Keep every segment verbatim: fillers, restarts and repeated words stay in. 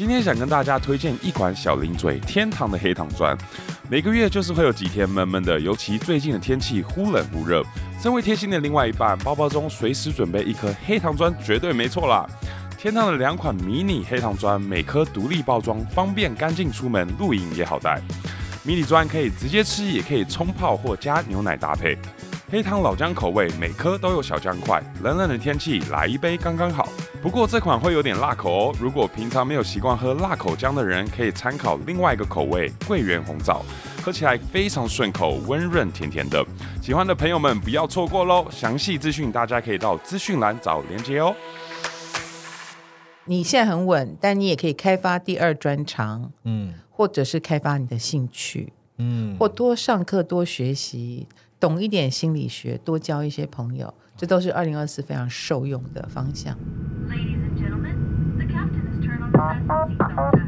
今天想跟大家推荐一款小零嘴天堂的黑糖砖。每个月就是会有几天闷闷的，尤其最近的天气忽冷忽热，身为贴心的另外一半，包包中随时准备一颗黑糖砖绝对没错啦。天堂的两款迷你黑糖砖，每颗独立包装，方便干净出门，露营也好带。迷你砖可以直接吃，也可以冲泡或加牛奶搭配。黑糖老姜口味，每颗都有小姜块，冷冷的天气来一杯刚刚好。不过这款会有点辣口哦，如果平常没有习惯喝辣口姜的人，可以参考另外一个口味桂圆红枣，喝起来非常顺口，温润甜甜的。喜欢的朋友们不要错过咯，详细资讯大家可以到资讯栏找连结哦。 你现在很稳，但你也可以开发第二专长，嗯，或者是开发你的兴趣，嗯，或多上课多学习，懂一点心理学，多交一些朋友，这都是二零二四非常受用的方向。Ladies and gentlemen, the captain has turned on the fasten seatbelt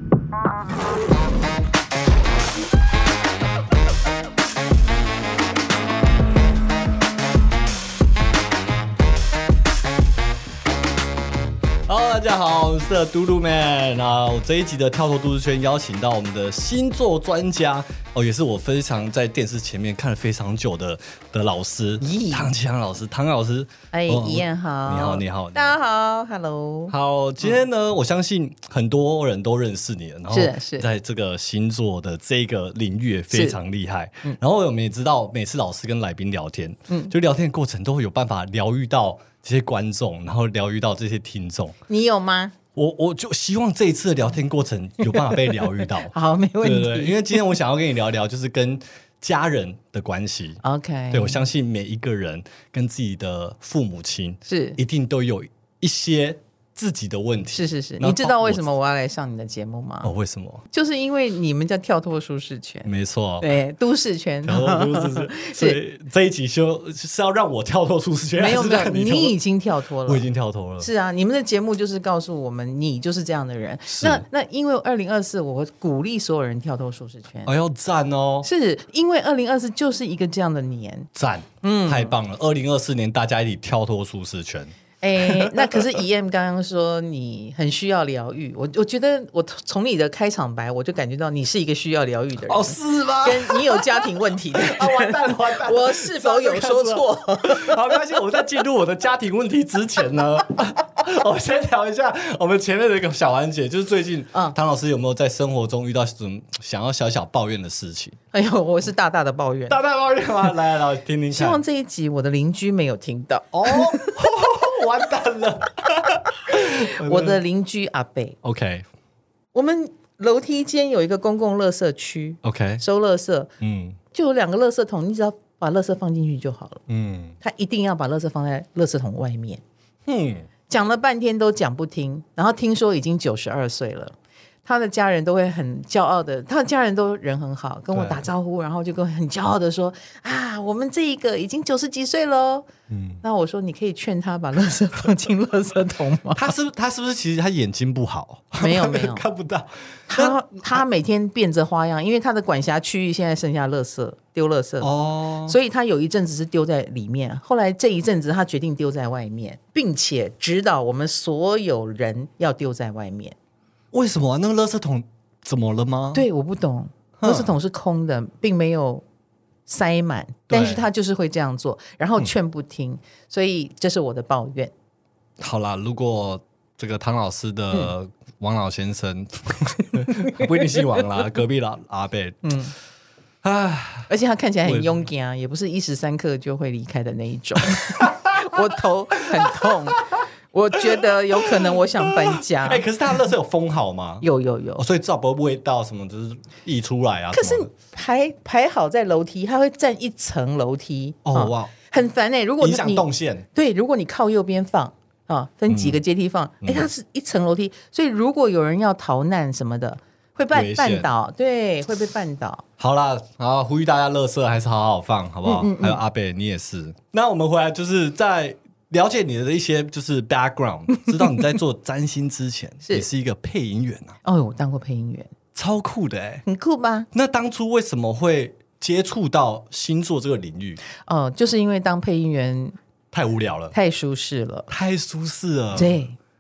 sign。Hello， 大家好，我是嘟嘟 man。那我这一集的跳脱都市圈邀请到我们的星座专家哦，也是我非常在电视前面看了非常久的的老师，唐启阳老师。唐老师， 哎，怡燕好， 你好，你好， 大家好 ，Hello。 好，今天呢，嗯、我相信很多人都认识你了，然后在这个星座的这个领域也非常厉害。嗯、然后我们也知道，每次老师跟来宾聊天，嗯，就聊天的过程都会有办法疗愈到这些观众，然后疗愈到这些听众。 你有吗？ 我我就希望这一次的聊天过程有办法被疗愈到。 好，没问题。 对对对，因为今天我想要跟你聊聊，就是跟家人的关系。 OK， 对，我相信每一个人跟自己的父母亲是一定都有一些自己的问题。 是是是，你知道为什么我要来上你的节目吗？ 哦，为什么？ 就是因为你们叫跳脱舒适圈。 没错， 对，都市圈。 跳脱舒适圈，所以这一集就是要让我跳脱舒适圈。 没有没有，你已经跳脱了， 我已经跳脱了。 是啊，你们的节目就是告诉我们，你就是这样的人。那那因为二零二四，我会鼓励所有人跳脱舒适圈。 哎呦，赞哦！ 是因为二零二四就是一个这样的年， 赞，嗯，太棒了！二零二四年大家一起跳脱舒适圈。 哎，那可是 E M 刚刚说你很需要疗愈，我我觉得我从你的开场白我就感觉到你是一个需要疗愈的人。 哦，是吗？ 跟你有家庭问题的人。 啊，完蛋了完蛋了， 我是否有说错？ 好，没关系，我在进入我的家庭问题之前呢，我先聊一下我们前面的一个小环节，就是最近、嗯、唐老师有没有在生活中遇到什么想要小小抱怨的事情？ 哎呦，我是大大的抱怨， 大大抱怨吗？来来来，听听看。 希望这一集我的邻居没有听到哦。 完蛋了！ 我的邻居阿伯 ，OK， 我们楼梯间有一个公共垃圾区 ，OK， 收垃圾，嗯，就有两个垃圾桶，你只要把垃圾放进去就好了，嗯，他一定要把垃圾放在垃圾桶外面，嗯，讲了半天都讲不听，然后听说已经九十二岁了。他的家人都会很骄傲的，他的家人都人很好，跟我打招呼，然后就跟很骄傲的说啊，我们这一个已经九十几岁了。嗯，那我说你可以劝他把垃圾放进垃圾桶吗？ 他是他是不是其实他眼睛不好？ 没有没有看不到。 他他每天变着花样，因为他的管辖区域现在剩下垃圾丢垃圾哦，所以他有一阵子是丢在里面，后来这一阵子他决定丢在外面，并且指导我们所有人要丢在外面。 为什么、啊、那个垃圾桶怎么了吗？ 对，我不懂，垃圾桶是空的，并没有塞满，但是他就是会这样做，然后劝不听、嗯、所以这是我的抱怨。 好啦，如果这个唐老师的王老先生、嗯、不一定姓王啦，隔壁老阿伯，嗯， 唉，而且他看起来很勇敢，也不是一时三刻就会离开的那一种。我头很痛。我觉得有可能我想搬家。 哎、欸，可是他的垃圾有封好吗？ 有有有、 哦，所以至少不会味道什么就是溢出来啊。 可是排排好在楼梯，它会占一层楼梯。哦、哦、哇，很烦哎、欸！如果你影响动线， 对，如果你靠右边放啊，分几个阶梯放，哎、嗯欸，它是一层楼梯，所以如果有人要逃难什么的，会被绊倒，对，会被绊倒。 好啦，然后呼吁大家垃圾还是好好放，好不好？嗯嗯嗯，还有阿伯，你也是。那我们回来就是在了解你的一些就是 background， 知道你在做占星之前是你是一个配音员啊。 哦，我当过配音员， 超酷的哎、欸， 很酷吧？ 那当初为什么会接触到星座这个领域？ 哦、呃，就是因为当配音员太无聊了， 太舒适了， 太舒适了。 对，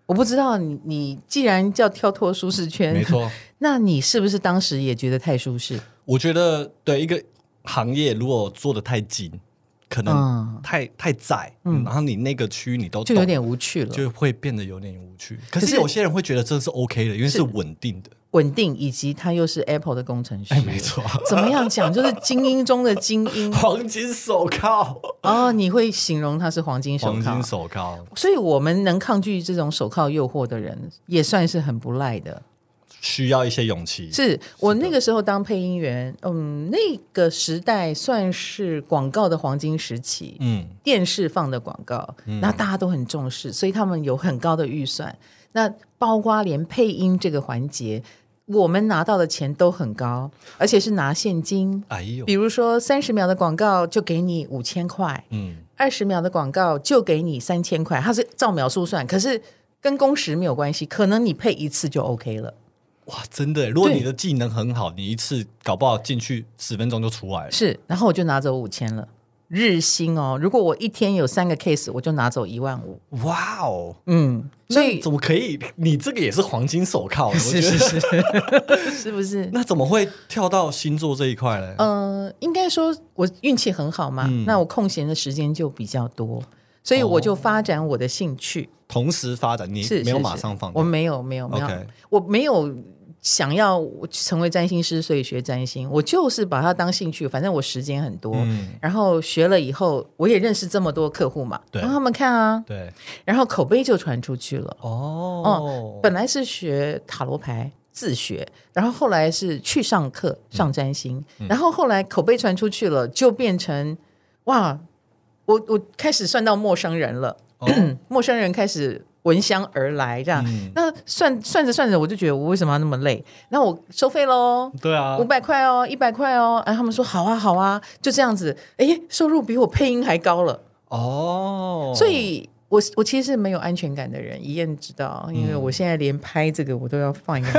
我不知道你你既然叫跳脱舒适圈， 没错， 那你是不是当时也觉得太舒适？ 我觉得对一个行业如果做得太紧，可能太、嗯、太窄、嗯，然后你那个区你都就有点无趣了， 就会变得有点无趣。可是有些人会觉得这是 OK 的，因为是稳定的。 稳定，以及他又是 Apple 的工程师， 哎，没错。 怎么样讲，就是精英中的精英， 黄金手铐。 哦，你会形容他是黄金手铐？ 黄金手铐。 所以我们能抗拒这种手铐诱惑的人，也算是很不赖的。 需要一些勇气。 是我那个时候当配音员，嗯，那个时代算是广告的黄金时期，嗯，电视放的广告，嗯，那大家都很重视，所以他们有很高的预算，那包括连配音这个环节。我们拿到的钱都很高，而且是拿现金。哎呦，比如说三十秒的广告就给你五千块，嗯，二十秒的广告就给你三千块，它是照秒数算，可是跟工时没有关系，可能你配一次就 OK 了。 哇，真的耶！如果你的技能很好，你一次搞不好进去十分钟就出来了。 是，然后我就拿走五千了。日薪哦，如果我一天有三个 case， 我就拿走一万五。 哇哦， 嗯，所以怎么可以？你这个也是黄金手铐， 是是是，是不是？ 那怎么会跳到星座这一块呢？ 呃，应该说我运气很好嘛，嗯、那我空闲的时间就比较多，所以我就发展我的兴趣， 哦、同时发展。你没有马上放掉？ 我没有，没有，没有， okay. 我没有。想要成为占星师，所以学占星，我就是把它当兴趣，反正我时间很多、嗯、然后学了以后我也认识这么多客户嘛，让他们看啊，对，然后口碑就传出去了。 哦, 哦本来是学塔罗牌自学，然后后来是去上课上占星、嗯、然后后来口碑传出去了，就变成哇，我我开始算到陌生人了、哦、陌生人开始闻香而来，这样、嗯、那算算着算着，我就觉得我为什么要那么累？然后我收费咯， 对啊， 五百块哦，一百块哦，哎，他们说好啊好啊，就这样子，哎，收入比我配音还高了哦。所以我我其实是没有安全感的人，一燕知道，因为我现在连拍这个我都要放一个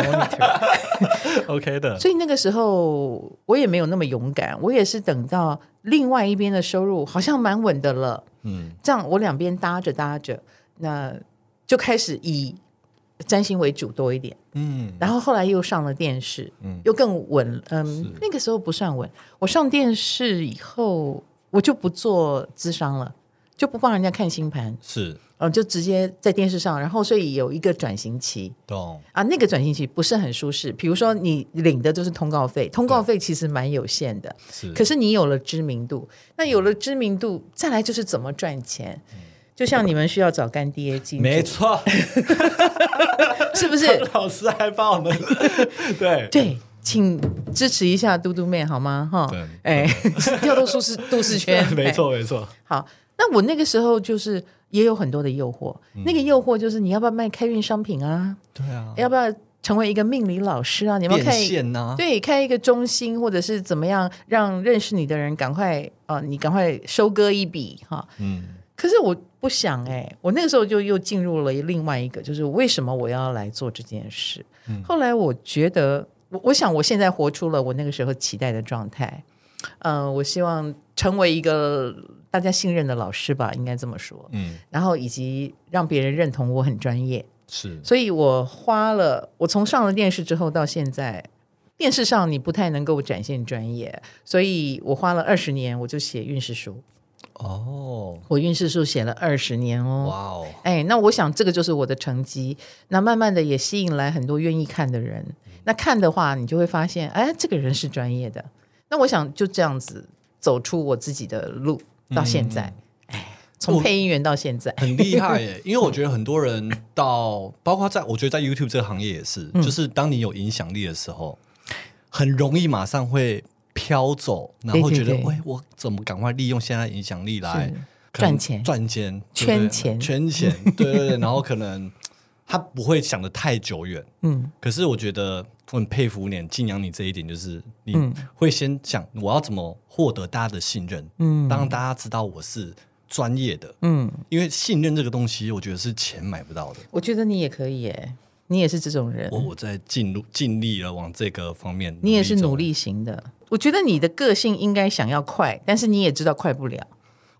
monitor，OK 的。 所以那个时候我也没有那么勇敢，我也是等到另外一边的收入好像蛮稳的了，嗯，这样我两边搭着搭着，那。就开始以占星为主多一点，嗯，然后后来又上了电视，嗯，又更稳，嗯，那个时候不算稳。我上电视以后，我就不做咨商了，就不帮人家看星盘， 是， 嗯，就直接在电视上，然后所以有一个转型期， 懂啊？那个转型期不是很舒适，比如说你领的就是通告费，通告费其实蛮有限的，是，可是你有了知名度，那有了知名度，再来就是怎么赚钱。嗯，就像你们需要找干爹金主， 没错， 是不是？ 老师还帮我们对对，请支持一下嘟嘟妹好吗？哈，哎，跳到舒适都市圈， 没错没错。 好，那我那个时候就是也有很多的诱惑，嗯、那个诱惑就是你要不要卖开运商品啊？ 对啊， 要不要成为一个命理老师啊？你要不要开变现啊？ 对，开一个中心，或者是怎么样，让认识你的人赶快啊、呃，你赶快收割一笔哈。嗯。可是我不想哎、欸，我那个时候就又进入了另外一个，就是为什么我要来做这件事？嗯、后来我觉得，我我想我现在活出了我那个时候期待的状态。嗯、呃，我希望成为一个大家信任的老师吧，应该这么说。嗯，然后以及让别人认同我很专业。 是， 所以我花了，我从上了电视之后到现在，电视上你不太能够展现专业，所以我花了二十年，我就写运势书。哦，我运势书写了二十年哦，哇哦，哎，那我想这个就是我的成绩。那慢慢的也吸引来很多愿意看的人。那看的话，你就会发现，哎，这个人是专业的。那我想就这样子走出我自己的路，到现在，哎、嗯，从配音员到现在， 很厉害耶。因为我觉得很多人到，包括在我觉得在 YouTube 这个行业也是，嗯、就是当你有影响力的时候，很容易马上会飘走，然后觉得，喂，我怎么赶快利用现在影响力来赚钱、 赚钱、 圈钱、 圈钱，对对对，然后可能他不会想得太久远，嗯。可是我觉得我很佩服你、敬仰你这一点，就是你会先想我要怎么获得大家的信任，嗯，当大家知道我是专业的，嗯，因为信任这个东西，我觉得是钱买不到的。 我觉得你也可以耶。你也是这种人， 我我在尽力尽力了往这个方面， 你也是努力型的。我觉得你的个性应该想要快，但是你也知道快不了。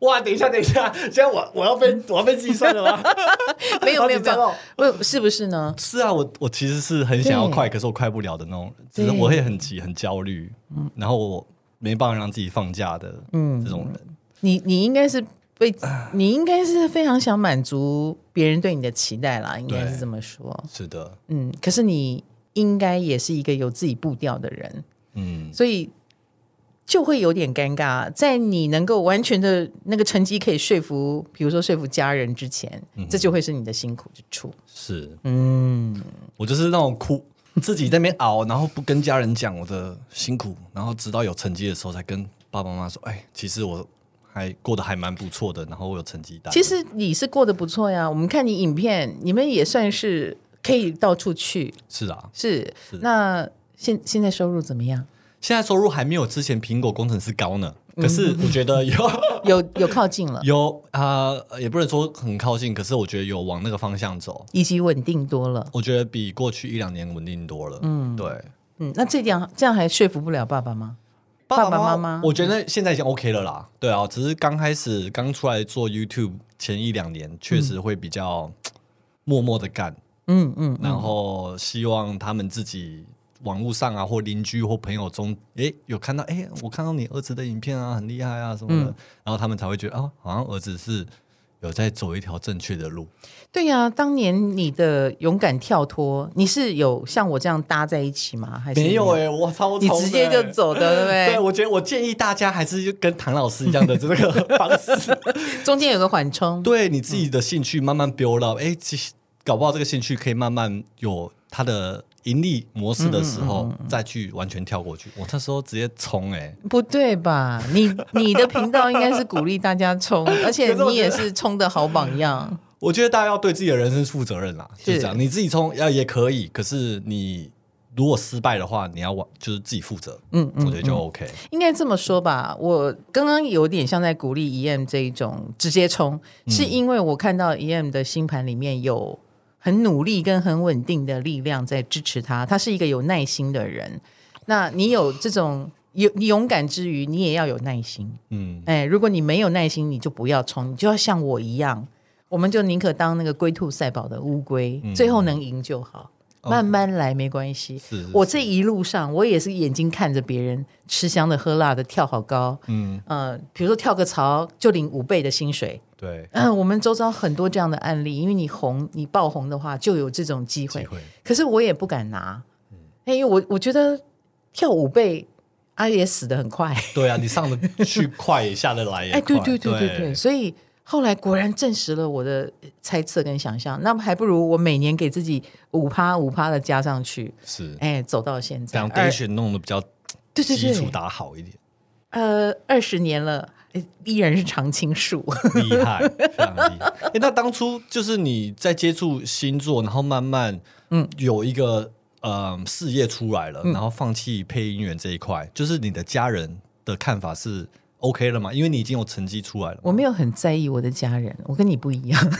哇，等一下，等一下，现在我我要被我要被计算了吗？ 没有没有没有，我是不是呢？ 是啊，我我其实是很想要快，可是我快不了的那种，只是我会很急很焦虑，嗯，然后我没办法让自己放假的，嗯，这种人。 你你应该是被你应该是非常想满足别人对你的期待啦，应该是这么说。 是的， 嗯，可是你应该也是一个有自己步调的人，嗯，所以。就会有点尴尬，在你能够完全的那个成绩可以说服，比如说说服家人之前，嗯、这就会是你的辛苦之处。 是，嗯，我就是那种哭，自己在那边熬，然后不跟家人讲我的辛苦，然后直到有成绩的时候才跟爸爸妈妈说，哎，其实我还过得还蛮不错的，然后我有成绩单。 其实你是过得不错呀，我们看你影片，你们也算是可以到处去。 是啊， 是。是那现现在收入怎么样？ 现在收入还没有之前苹果工程师高呢，可是我觉得有有有靠近了， 有啊、呃，也不能说很靠近，可是我觉得有往那个方向走， 以及稳定多了。 我觉得比过去一两年稳定多了。嗯，对， 嗯，那这样这样还说服不了爸爸吗？爸爸妈妈， 我觉得现在已经 OK 了啦。对啊，只是刚开始刚出来做 YouTube 前一两年，确实会比较默默的干，嗯嗯，然后希望他们自己。网络上啊，或邻居或朋友中，哎，有看到，哎，我看到你儿子的影片啊，很厉害啊什么的，嗯、然后他们才会觉得，哦，好像儿子是有在走一条正确的路。 对呀、啊，当年你的勇敢跳脱，你是有像我这样搭在一起吗？还是没有、欸？哎，我超你直接就走的，对不对？ 对，我觉得我建议大家还是跟唐老师一样的这个方式， 中间有个缓冲， 对你自己的兴趣慢慢 build up， 哎，搞不好这个兴趣可以慢慢有它的。盈利模式的时候、嗯嗯嗯、再去完全跳过去，我那时候直接冲哎、欸， 不对吧？你你的频道应该是鼓励大家冲，而且你也是冲的好榜样。 我觉得大家要对自己的人生负责任啦，就是这样。你自己冲要也可以，可是你如果失败的话，你要就是自己负责。嗯, 嗯，我觉得就 OK。 应该这么说吧，我刚刚有点像在鼓励 E M 这一种直接冲，嗯、是因为我看到 E M 的星盘里面有。很努力跟很稳定的力量在支持他，他是一个有耐心的人。那你有这种有你勇敢之余，你也要有耐心。嗯，哎，如果你没有耐心，你就不要冲，你就要像我一样，我们就宁可当那个龟兔赛跑的乌龟，嗯、最后能赢就好。慢慢来没关系。我这一路上，我也是眼睛看着别人吃香的喝辣的，跳好高。嗯，呃，比如说跳个槽就领五倍的薪水。 对， 嗯、呃，我们周遭很多这样的案例，因为你红，你爆红的话，就有这种机会。机会可是我也不敢拿，嗯、因为我我觉得跳五倍，啊也死得很快。 对啊，你上得去快，也下得来也快。 哎，对对对对 对, 对，所以。后来果然证实了我的猜测跟想象，那么还不如我每年给自己五趴五趴的加上去， 是， 哎，走到现在 ，foundation 弄得比较对对对基础打好一点。 呃，二十年了，依然是常青树， 厉害，非常厉害。哎，那当初就是你在接触星座，然后慢慢嗯有一个呃事业出来了，嗯、然后放弃配音员这一块，就是你的家人的看法是？OK 了吗？因为你已经有成绩出来了。 我没有很在意我的家人，我跟你不一样。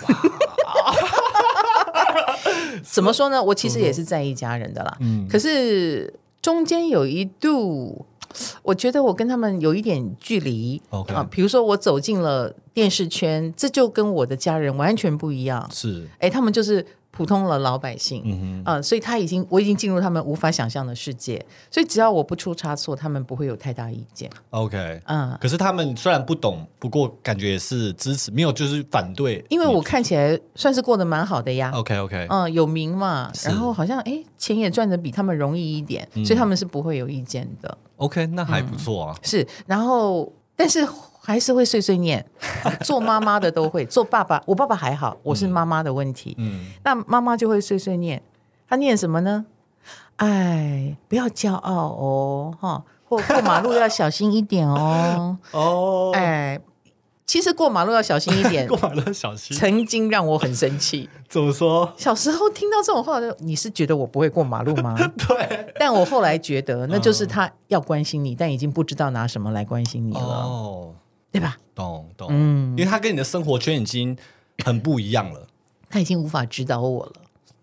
怎么说呢？我其实也是在意家人的啦。嗯，可是中间有一度，我觉得我跟他们有一点距离。OK 啊，比如说我走进了电视圈，这就跟我的家人完全不一样。 是， 哎，他们就是普通的老百姓。嗯哼，啊，所以他已经我已经进入他们无法想象的世界，所以只要我不出差错，他们不会有太大意见。 OK， 嗯，可是他们虽然不懂，不过感觉也是支持，没有就是反对， 因为我看起来算是过得蛮好的呀。 OK OK， 嗯，有名嘛，然后好像哎钱也赚得比他们容易一点，嗯、所以他们是不会有意见的。 OK， 那还不错啊。 嗯、是，然后但是。还是会碎碎念，做妈妈的都会，做爸爸，我爸爸还好，我是妈妈的问题。嗯，那妈妈就会碎碎念，她念什么呢？哎，不要骄傲哦，哈，或过马路要小心一点哦。哦，哎，其实过马路要小心一点， 过马路要小心， 曾经让我很生气。 怎么说？ 小时候听到这种话，你是觉得我不会过马路吗？ 对， 但我后来觉得，那就是他要关心你，但已经不知道拿什么来关心你了。哦。对吧？ 懂懂，嗯，因为他跟你的生活圈已经很不一样了， 他已经无法指导我了。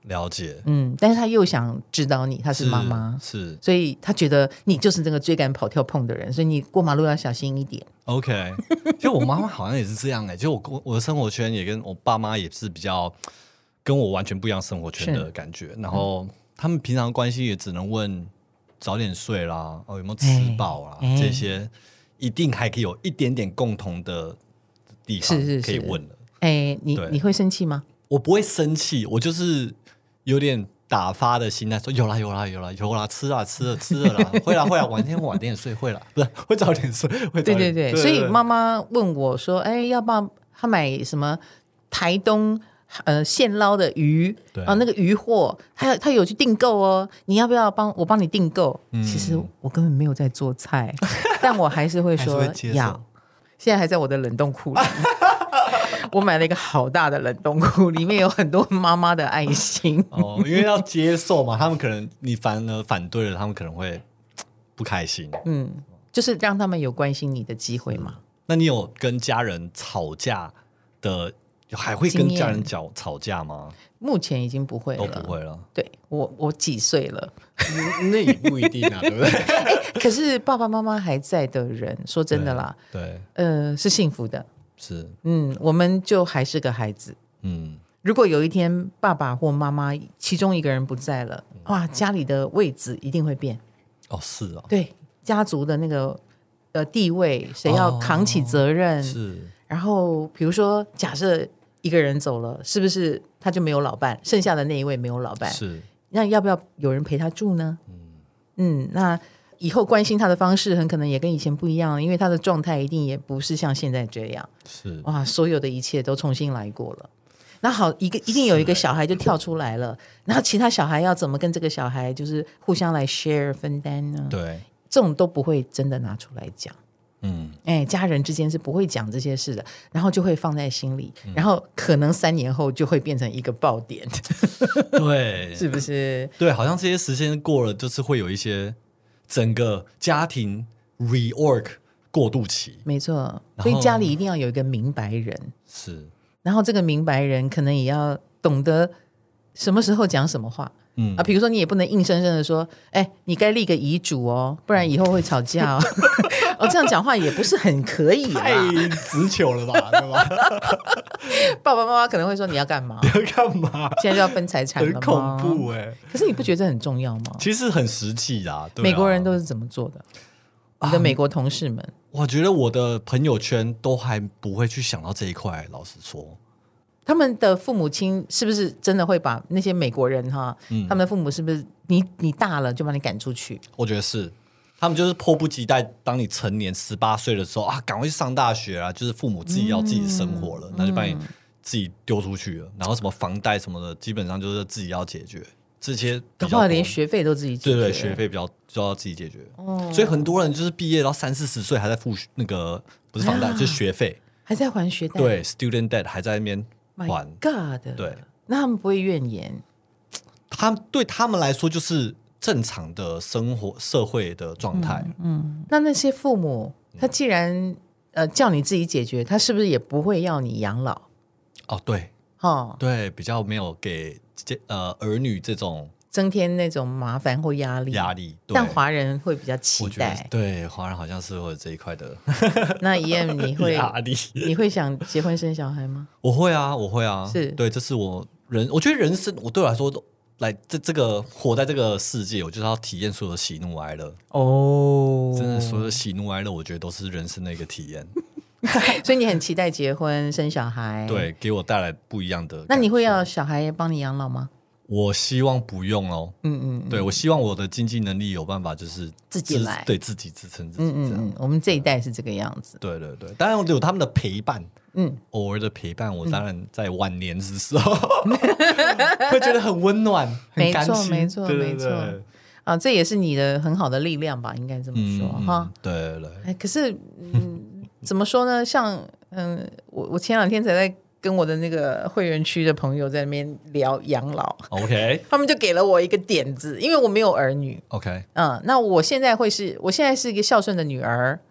了解， 嗯，但是他又想指导你，他是妈妈， 是， 所以他觉得你就是这个追赶跑跳碰的人，所以你过马路要小心一点。 OK， 就我妈妈好像也是这样哎、欸，就我我的生活圈也跟我爸妈也是比较跟我完全不一样生活圈的感觉，然后他们平常关系也只能问早点睡啦，哦有没有吃饱啦、欸、这些，一定还可以有一点点共同的地方可以问了。 哎、欸，你你会生气吗？ 我不会生气，我就是有点打发的心态，说有啦有啦有啦有啦，吃啦吃了吃了啦，会啦会啦，晚点晚点睡会啦，不是会早点睡，会早点。 对对 对, 对, 对, 对，所以妈妈问我说：“哎、欸，要不要他买什么台东呃现捞的鱼啊？那个鱼货，他他有去订购哦，你要不要帮我帮你订购？”嗯、其实我根本没有在做菜，但我还是会说会要。现在还在我的冷冻库里。我买了一个好大的冷冻库，里面有很多妈妈的爱心。 哦，因为要接受嘛，他们可能你反而反对了，他们可能会不开心。 嗯，就是让他们有关心你的机会嘛。 那你有跟家人吵架的，还会跟家人吵吵架吗？ 目前已经不会了， 都不会了。 对，我我几岁了？ 那也不一定啊，对不对？ 欸、可是爸爸妈妈还在的人，说真的啦， 对，对呃，是幸福的。 是， 嗯，我们就还是个孩子。嗯，如果有一天爸爸或妈妈其中一个人不在了，哇，家里的位置一定会变。 哦，是啊， 对，家族的那个呃地位，谁要扛起责任？哦、 是。 然后，比如说，假设一个人走了，是不是他就没有老伴？剩下的那一位没有老伴， 是。 那要不要有人陪他住呢？嗯嗯，那。以后关心他的方式很可能也跟以前不一样，因为他的状态一定也不是像现在这样。 是哇，所有的一切都重新来过了。那好，一个一定有一个小孩就跳出来了，然后其他小孩要怎么跟这个小孩就是互相来 share 分担呢？ 对， 这种都不会真的拿出来讲。 嗯， 哎，家人之间是不会讲这些事的，然后就会放在心里，嗯、然后可能三年后就会变成一个爆点。 对， 是不是？ 对，好像这些时间过了，就是会有一些。整个家庭 rework 过渡期， 没错，所以家里一定要有一个明白人， 是， 然后这个明白人可能也要懂得什么时候讲什么话，嗯啊，比如说你也不能硬生生的说，哎，你该立个遗嘱哦，不然以后会吵架哦。哦，这样讲话也不是很可以， 太直球了吧，对吧？ 爸爸妈妈可能会说你要干嘛？ 你要干嘛？ 现在就要分财产了吗？ 很恐怖哎、欸！ 可是你不觉得这很重要吗？ 其实很实际啊，对啊， 美国人都是怎么做的？你的美国同事们，啊、 我觉得我的朋友圈都还不会去想到这一块。老实说， 他们的父母亲是不是真的会把那些美国人哈？嗯、他们的父母是不是你你大了就把你赶出去？ 我觉得是。他们就是迫不及待，当你成年十八岁的时候啊，赶快去上大学啊！就是父母自己要自己的生活了，那、嗯、就把你自己丢出去了。然后什么房贷什么的，基本上就是自己要解决。这些搞不好连学费都自己解决。 对对，学费比较就要自己解决。哦，所以很多人就是毕业到三四十岁还在付那个不是房贷，啊、就是学费， 还在还学贷。 对 ，student debt 还在那边还。 My God！ 对， 那他们不会怨言？ 他对他们来说就是正常的生活社会的状态。 嗯，嗯，那那些父母，他既然呃叫你自己解决，他是不是也不会要你养老？ 哦，对，哦，对，比较没有给呃儿女这种增添那种麻烦或压力。 压力， 但华人会比较期待。 对，华人好像是会有这一块的。 那E M你会压力？ 你会想结婚生小孩吗？ 我会啊，我会啊。 是， 对，这是我人，我觉得人生，我对我来说都。来这这个活在这个世界，我就是要体验所有的喜怒哀乐哦。真的，所有的喜怒哀乐，我觉得都是人生的一个体验。 所以你很期待结婚生小孩， 对，给我带来不一样的。 那你会要小孩帮你养老吗？ 我希望不用哦。嗯嗯, 嗯，对，我希望我的经济能力有办法，就是自己来， 对自己支撑自己。嗯嗯嗯， 我们这一代是这个样子。 对对对，当然有他们的陪伴。嗯，偶尔的陪伴，我当然在晚年的时候、嗯、会觉得很温暖，很甘心。 没错，没错，没错。啊，这也是你的很好的力量吧，应该这么说、嗯、哈。 对对对。 哎，可是，嗯，怎么说呢？像，嗯，我我前两天才在跟我的那个会员区的朋友在那边聊养老 ，OK， 他们就给了我一个点子，因为我没有儿女 ，OK， 嗯，那我现在会是，我现在是一个孝顺的女儿，嗯。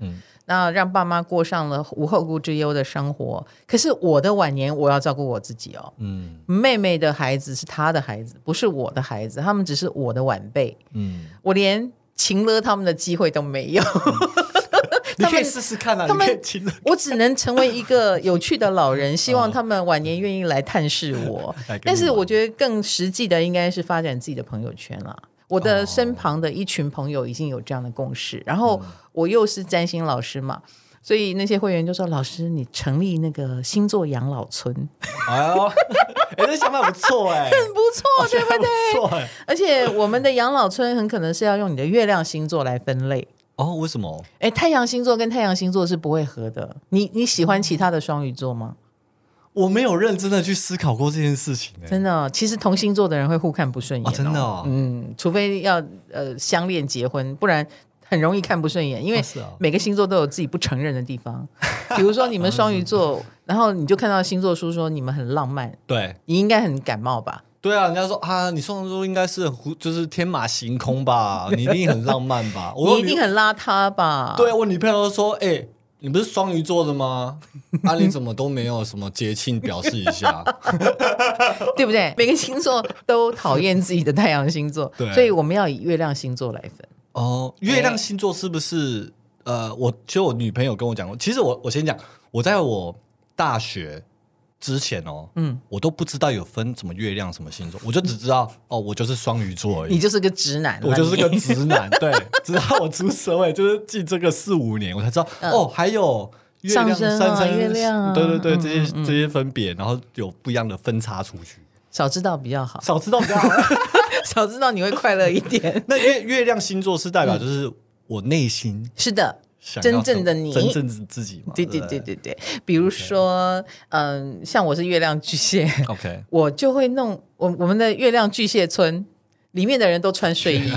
那让爸妈过上了无后顾之忧的生活。可是我的晚年我要照顾我自己哦。嗯，妹妹的孩子是她的孩子，不是我的孩子，他们只是我的晚辈。嗯，我连情勒他们的机会都没有。 你可以试试看啊！他们我只能成为一个有趣的老人，希望他们晚年愿意来探视我。但是我觉得更实际的应该是发展自己的朋友圈啦。我的身旁的一群朋友已经有这样的共识，然后我又是占星老师嘛，所以那些会员就说：“老师，你成立那个星座养老村。” 哎呦，哎，这想法不错哎， 很不错，对不对？不错哎，而且我们的养老村很可能是要用你的月亮星座来分类。 哦，为什么？ 哎，太阳星座跟太阳星座是不会合的。你你喜欢其他的双鱼座吗？ 我没有认真的去思考过这件事情、欸。 真的，其实同星座的人会互看不顺眼、哦哦、真的、哦。 嗯，除非要呃相恋结婚，不然很容易看不顺眼。因为每个星座都有自己不承认的地方。比如说你们双鱼座，然后你就看到星座书说你们很浪漫， 对， 你应该很感冒吧？ 对啊，人家说啊，你双鱼座应该是就是天马行空吧，你一定很浪漫吧， 你一定很邋遢吧？ 对啊，我女朋友都说，哎、欸，你不是双鱼座的吗？啊，你怎么都没有什么节庆表示一下， 对不对？每个星座都讨厌自己的太阳星座，所以我们要以月亮星座来分。 哦，月亮星座是不是？呃，我其实我女朋友跟我讲过，其实我我先讲，我在我大学之前哦，嗯，我都不知道有分什么月亮什么星座，我就只知道哦，我就是双鱼座而已。 你就是个直男， 我就是个直男，对，直到我出社会，就是进这个四五年，我才知道、嗯、哦，还有月亮、 上升、啊、 上升、 月亮、啊， 对对对，这些、嗯嗯、这些分别，然后有不一样的分叉出去。 少知道比较好， 少知道比较好， 少知道你会快乐一点。 那月月亮星座是代表就是我内心、 嗯、是的。真正的你， 真正的自己嘛？ 对对对对对。比如说，嗯、呃，像我是月亮巨蟹 ，OK， 我就会弄我我们的月亮巨蟹村里面的人都穿睡衣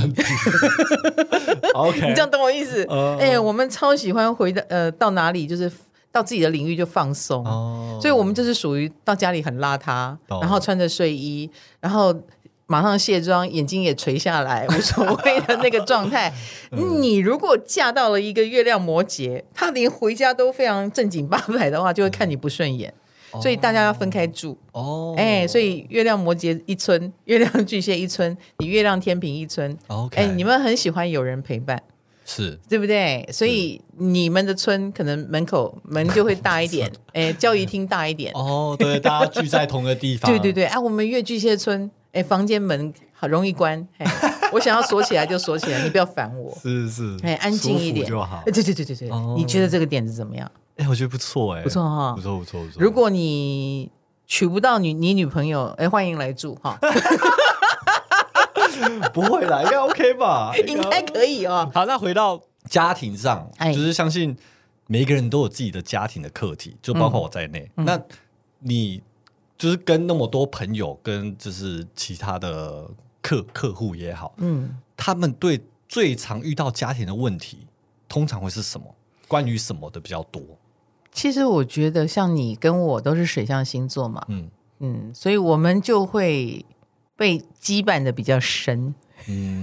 ，OK， 你这样懂我意思？哎、uh 欸，我们超喜欢回的呃到哪里就是到自己的领域就放松， oh 所以我们就是属于到家里很邋遢， oh 然后穿着睡衣，然后。马上卸妆，眼睛也垂下来，无所谓的那个状态。嗯、你如果嫁到了一个月亮摩羯，他连回家都非常正经八百的话，就会看你不顺眼。嗯、所以大家要分开住。哦，哎、欸，所以月亮摩羯一村，月亮巨蟹一村，你月亮天秤一村。 OK， 哎、欸，你们很喜欢有人陪伴， 是对不对？所以你们的村可能门口门就会大一点，哎、欸，交谊厅大一点。 哦，对，大家聚在同一个地方。 对对对，啊，我们月巨蟹村。哎，房间门好容易关，我想要锁起来就锁起来，你不要烦我。 是是， 哎，安静一点就好。 对对对对对，哦、你觉得这个点子怎么样？ 哎，我觉得不错哎， 不错哈， 不错不错不错。 如果你娶不到你你女朋友，哎，欢迎来住哈。 不会啦，应该 OK 吧？ 应该可以哦。 好，那回到家庭上，就是相信每一个人都有自己的家庭的课题，就包括我在内。嗯、那你。就是跟那么多朋友，跟就是其他的客客户也好，嗯，他们对最常遇到家庭的问题，通常会是什么？关于什么的比较多？ 其实我觉得，像你跟我都是水象星座嘛，嗯嗯，所以我们就会被羁绊的比较深。嗯，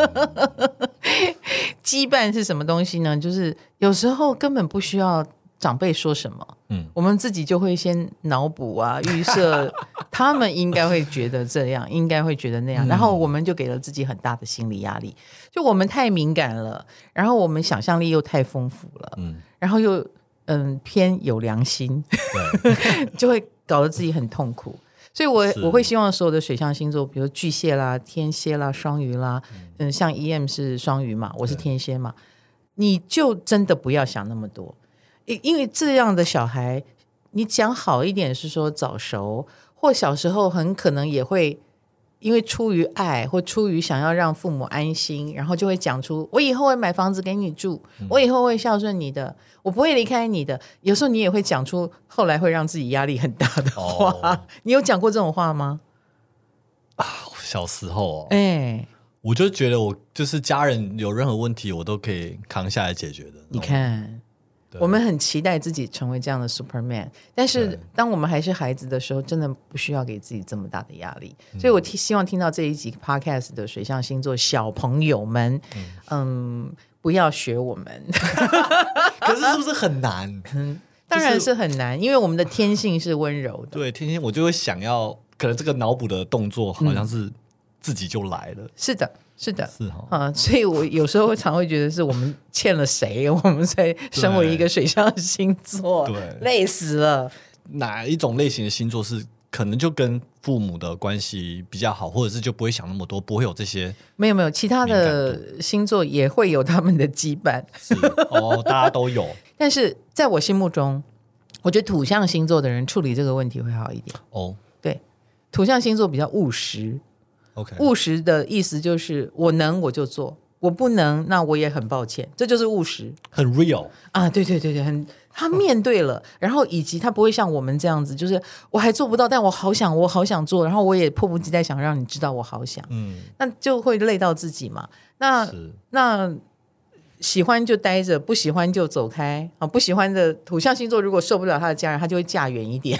羁绊是什么东西呢？就是有时候根本不需要。长辈说什么，嗯，我们自己就会先脑补啊，预设他们应该会觉得这样，应该会觉得那样，然后我们就给了自己很大的心理压力。就我们太敏感了，然后我们想象力又太丰富了，嗯，然后又嗯偏有良心，对，就会搞得自己很痛苦。所以我我会希望所有的水象星座，比如巨蟹啦、天蝎啦、双鱼啦，嗯，像 E M 是双鱼嘛，我是天蝎嘛，你就真的不要想那么多。因为这样的小孩，你讲好一点是说早熟，或小时候很可能也会因为出于爱或出于想要让父母安心，然后就会讲出我以后会买房子给你住，我以后会孝顺你的，我不会离开你的。有时候你也会讲出后来会让自己压力很大的话、哦、你有讲过这种话吗？ 啊，小时候、哦欸、 我就觉得我就是家人有任何问题我都可以扛下来解决的。 你看我们很期待自己成为这样的 Superman， 但是当我们还是孩子的时候，真的不需要给自己这么大的压力。所以我希望听到这一集 Podcast 的水象星座小朋友们，嗯， 不要学我们。 可是是不是很难？ 嗯，当然是很难，因为我们的天性是温柔的。 对，天性我就会想要，可能这个脑补的动作好像是自己就来了。 嗯、是的。是的， 是哈、 啊，所以我有时候常会觉得是我们欠了谁，我们才身为一个水象星座， 对， 累死了。 哪一种类型的星座是可能就跟父母的关系比较好，或者是就不会想那么多，不会有这些？ 没有没有，其他的星座也会有他们的羁绊， 是哦，大家都有。 但是在我心目中，我觉得土象星座的人处理这个问题会好一点。 哦， 对，土象星座比较务实。 Okay. 务实的意思就是我能我就做，我不能那我也很抱歉，这就是务实， 很 real 啊，对对对对，很他面对了，然后以及他不会像我们这样子，就是我还做不到，但我好想我好想做，然后我也迫不及待想让你知道我好想，嗯，那就会累到自己嘛。那那喜欢就待着，不喜欢就走开啊！不喜欢的土象星座如果受不了他的家人，他就会嫁远一点。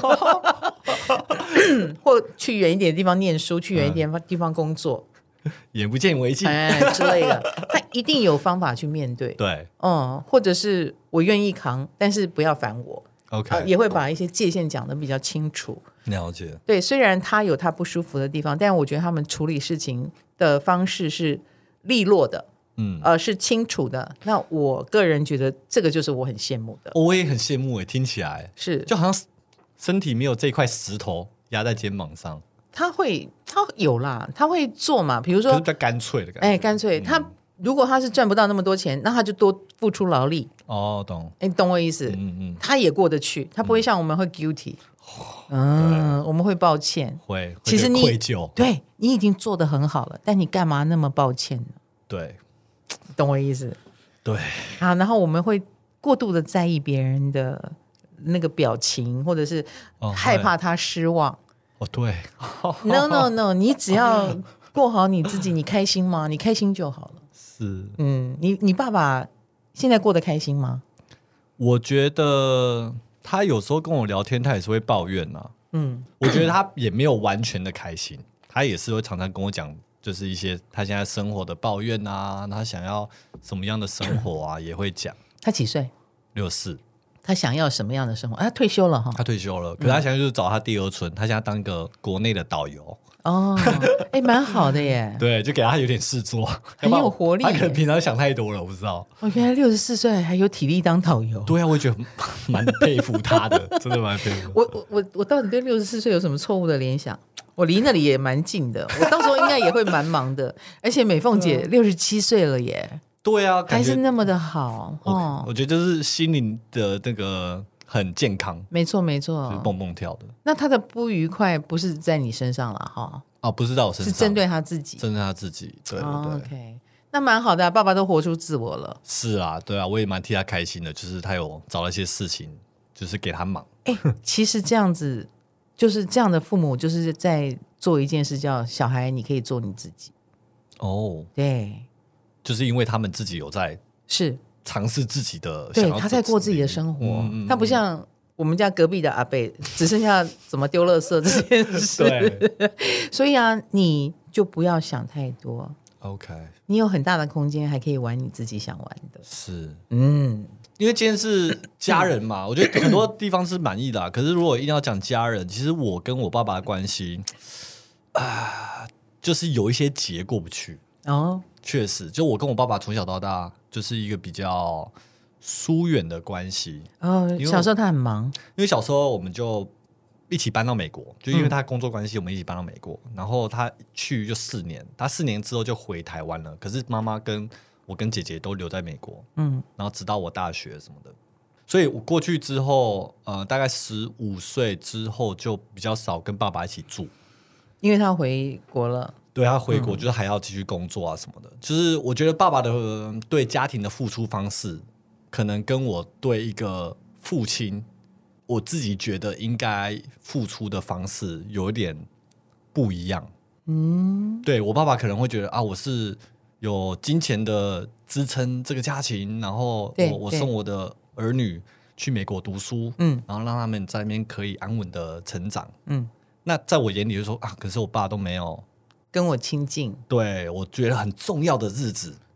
或去远一点的地方念书，去远一点的地方工作， 眼不见为净、 哎、之类的，他一定有方法去面对。 对， 嗯，或者是我愿意扛，但是不要烦我。 OK，、 呃、也会把一些界限讲得比较清楚。 了解。 对，虽然他有他不舒服的地方，但我觉得他们处理事情的方式是利落的，嗯，呃，是清楚的。那我个人觉得这个就是我很羡慕的。 我也很羡慕诶，听起来是就好像身体没有这块石头压在肩膀上， 他会，他有啦，他会做嘛。比如说， 比较干脆的感觉。 哎，干脆。嗯、他如果他是赚不到那么多钱，那他就多付出劳力。 哦，懂。 哎，懂我意思？嗯嗯。他也过得去，他不会像我们会 guilty。嗯，嗯我们会抱歉。 会。 其实你愧疚。 对你已经做得很好了，但你干嘛那么抱歉呢？ 对， 懂我意思？ 对。 啊，然后我们会过度的在意别人的那个表情，或者是害怕他失望。 哦，对。 No no no， 你只要过好你自己，你开心吗？你开心就好了。 是。 嗯，你你爸爸现在过得开心吗？ 我觉得他有时候跟我聊天，他也是会抱怨啊。嗯，我觉得他也没有完全的开心，他也是会常常跟我讲，就是一些他现在生活的抱怨啊，他想要什么样的生活啊，也会讲。 他几岁？ 六四。 他想要什么样的生活？啊、他退休了哈。 他退休了，可是他想要就是找他第二春，他现在当一个国内的导游。 哦，哎，蛮好的耶。 对，就给他有点事做， 很有活力。 他可能平常想太多了，我不知道。 我原来六十四岁还有体力当导游。 对啊，我也觉得蛮佩服他的，真的蛮佩服。 我我我我到底对六十四岁有什么错误的联想？我离那里也蛮近的，我到时候应该也会蛮忙的。而且美凤姐六十七岁了耶。 对啊， 还是那么的好哦。 我觉得就是心灵的那个很健康， 没错没错， 就是蹦蹦跳的。 那他的不愉快不是在你身上了哈？ 哦，不是在我身上， 是针对他自己， 针对他自己。对对对、 哦、，OK， 那蛮好的、啊，爸爸都活出自我了。 是啊，对啊，我也蛮替他开心的，就是他有找了一些事情，就是给他忙。 哎，其实这样子，就是这样的父母，就是在做一件事，叫小孩，你可以做你自己。 哦， 对。 就是因为他们自己有在是尝试自己的， 对，他在过自己的生活，嗯、他不像我们家隔壁的阿伯，只剩下怎么丢垃圾这件事。对，所以啊，你就不要想太多。 OK， 你有很大的空间，还可以玩你自己想玩的。 是，嗯，因为今天是家人嘛，我觉得很多地方是满意的、啊。可是如果一定要讲家人，其实我跟我爸爸的关系啊，就是有一些结过不去哦。确实，就我跟我爸爸从小到大就是一个比较疏远的关系。 哦，小时候他很忙， 因为小时候我们就一起搬到美国，就因为他工作关系，我们一起搬到美国。嗯、然后他去就四年，他四年之后就回台湾了。可是妈妈跟我跟姐姐都留在美国，嗯，然后直到我大学什么的。所以我过去之后，呃，大概十五岁之后就比较少跟爸爸一起住， 因为他回国了。 对，他回国就是还要继续工作啊什么的、嗯、就是我觉得爸爸的对家庭的付出方式可能跟我对一个父亲我自己觉得应该付出的方式有一点不一样。嗯，对，我爸爸可能会觉得啊，我是有金钱的支撑这个家庭，然后 我, 我送我的儿女去美国读书，嗯，然后让他们在那边可以安稳的成长。嗯，那在我眼里就说啊，可是我爸都没有跟我亲近， 对，我觉得很重要的日子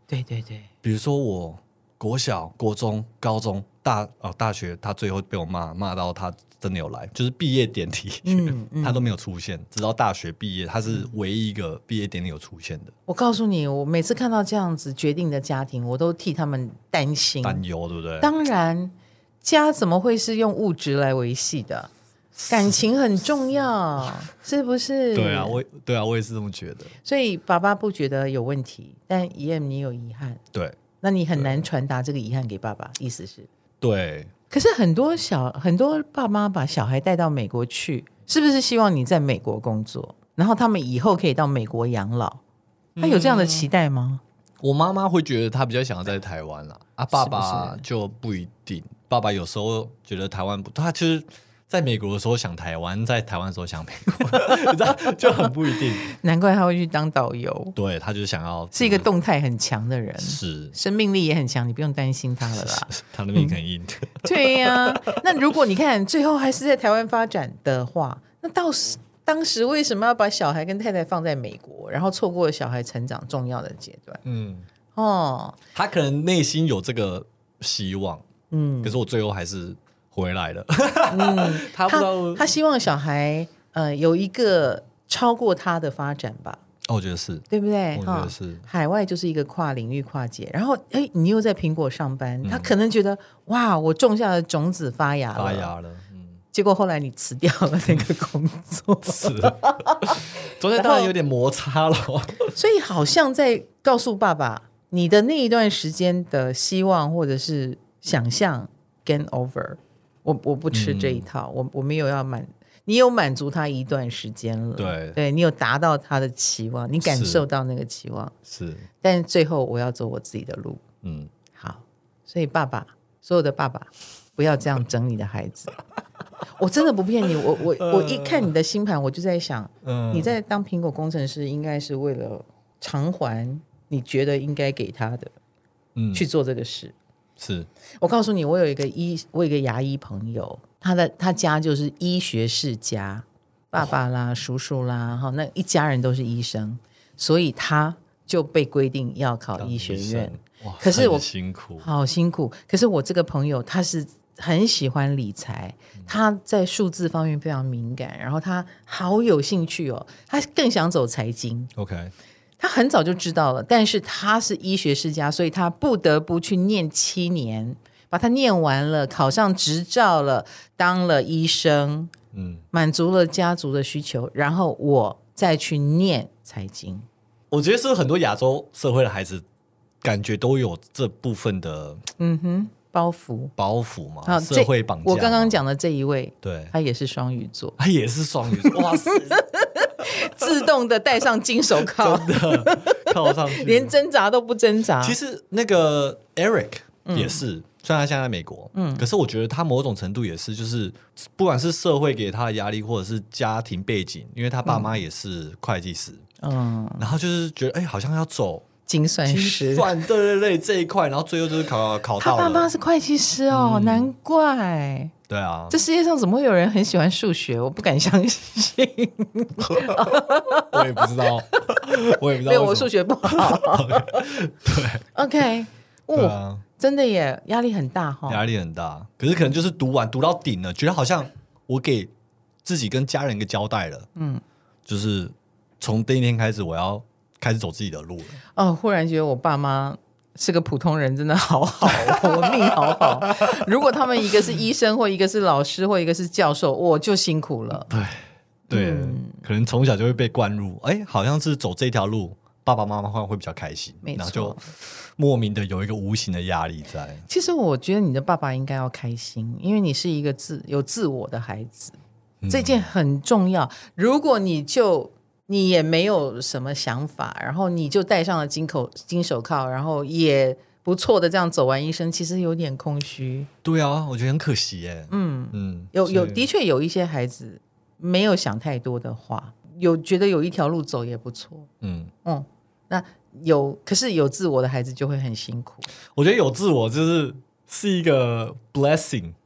对对对， 比如说我国小、国中、高中、大哦大学，他最后被我骂骂到他真的有来，就是毕业典礼，嗯嗯、他都没有出现，直到大学毕业，他是唯一一个毕业典礼有出现的。 我告诉你，我每次看到这样子决定的家庭，我都替他们担心、 担忧，对不对？ 当然，家怎么会是用物质来维系的？感情很重要，是不是？ 对啊，我对啊，我也是这么觉得。 所以爸爸不觉得有问题，但 E M 你有遗憾， 对， 那你很难传达这个遗憾给爸爸，意思是？ 对。 可是很多小很多爸妈把小孩带到美国去，是不是希望你在美国工作，然后他们以后可以到美国养老？他有这样的期待吗？ 嗯、我妈妈会觉得她比较想要在台湾啦，啊，爸爸就不一定。爸爸有时候觉得台湾不，他其实在美国的时候想台湾，在台湾的时候想美国，你知道就很不一定。 难怪他会去当导游， 对，他就是想要是一个动态很强的人， 是生命力也很强，你不用担心他了啦。 他的命很硬。 嗯、对呀、啊，那如果你看最后还是在台湾发展的话，那到时当时为什么要把小孩跟太太放在美国，然后错过了小孩成长重要的阶段？嗯，哦， 他可能内心有这个希望，嗯，可是我最后还是回来了。嗯，他不知道他, 他希望小孩呃有一个超过他的发展吧。 哦、我觉得是， 对不对？ 我觉得是。 海外就是一个跨领域跨界，然后哎，你又在苹果上班，嗯、他可能觉得哇，我种下的种子发芽了， 发芽了。嗯， 结果后来你辞掉了那个工作， 是，中间当然有点摩擦了。 所以好像在告诉爸爸，你的那一段时间的希望或者是想象 game over， 我我不吃这一套，嗯、我我没有要满。你有满足他一段时间了， 对， 对你有达到他的期望，你感受到那个期望， 是， 但最后我要走我自己的路，嗯，好，所以爸爸，所有的爸爸，不要这样整你的孩子，我真的不骗你，我我我一看你的星盘，我就在想，嗯，你在当苹果工程师，应该是为了偿还你觉得应该给他的，嗯，去做这个事。 是我告诉你，我有一个医，我有一个牙医朋友，他的他家就是医学世家，爸爸啦、哦、叔叔啦，哈，那一家人都是医生，所以他就被规定要考医学院。 哇， 可是我很辛苦， 好辛苦。可是我这个朋友他是很喜欢理财，他在数字方面非常敏感，然后他好有兴趣哦，他更想走财经。 OK。 他很早就知道了，但是他是医学世家，所以他不得不去念七年，把他念完了，考上执照了，当了医生，嗯，满足了家族的需求，然后我再去念财经。 我觉得是很多亚洲社会的孩子感觉都有这部分的嗯哼包袱包袱嘛，啊、社会绑架。 我刚刚讲的这一位， 对， 他也是双鱼座， 他也是双鱼座，哇塞！ 自动的戴上金手铐， 真的靠上去， 连挣扎都不挣扎。 其实那个 Eric 也是，嗯、虽然他现在在美国，嗯，可是我觉得他某种程度也是，就是不管是社会给他的压力，或者是家庭背景，因为他爸妈也是会计师，嗯，然后就是觉得哎、欸，好像要走精算师， 精算对对对这一块，然后最后就是考考到了。 他爸妈是会计师哦，嗯、难怪。 对啊， 这世界上怎么会有人很喜欢数学？我不敢相信。 我也不知道，我也不知道。 没有，我数学不好。 对 ，OK， 哦，啊、真的耶，压力很大哈， 压力很大。可是可能就是读完读到顶了，觉得好像我给自己跟家人一个交代了。嗯，就是从那一天开始，我要开始走自己的路了。 哦，忽然觉得我爸妈是个普通人，真的好好，我命好好。如果他们一个是医生，或一个是老师，或一个是教授，我就辛苦了。 对对、嗯，可能从小就会被灌入，哎，好像是走这条路，爸爸妈妈会会比较开心，然后就莫名的有一个无形的压力在。 其实我觉得你的爸爸应该要开心，因为你是一个自有自我的孩子，嗯、这件很重要。如果你就你也没有什么想法，然后你就戴上了金口金手铐，然后也不错的这样走完一生，其实有点空虚。 对啊，我觉得很可惜耶。嗯嗯，有有的确有一些孩子没有想太多的话，有觉得有一条路走也不错。嗯嗯，那有可是有自我的孩子就会很辛苦。 我觉得有自我就是是一个 blessing。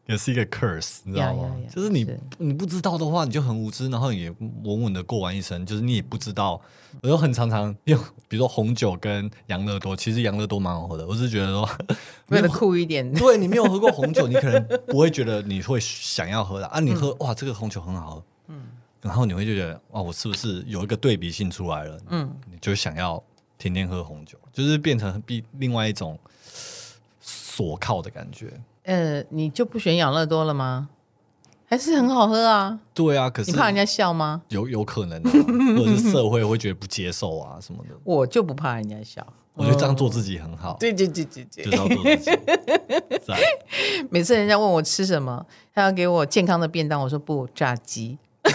也是一个 curse， 你知道吗？ yeah, yeah, yeah, 就是你是你不知道的话，你就很无知，然后也稳稳的过完一生。就是你也不知道，我就很常常用，比如说红酒跟养乐多，其实养乐多蛮好喝的。我是觉得说， 为了酷一点， 对你没有喝过红酒，你可能不会觉得你会想要喝的啊。你喝、嗯、哇，这个红酒很好喝，嗯，然后你会就觉得哇，我是不是有一个对比性出来了？嗯，你就想要天天喝红酒，就是变成比另外一种锁靠的感觉。 呃，你就不选养乐多了吗？还是很好喝啊。 对啊，可是你怕人家笑吗？ 有有可能、啊，或者是社会会觉得不接受啊什么的。 我就不怕人家笑， 我觉得这样做自己很好。 对对对对对， 就是要做自己。 每次人家问我吃什么，他要给我健康的便当，我说不，炸鸡。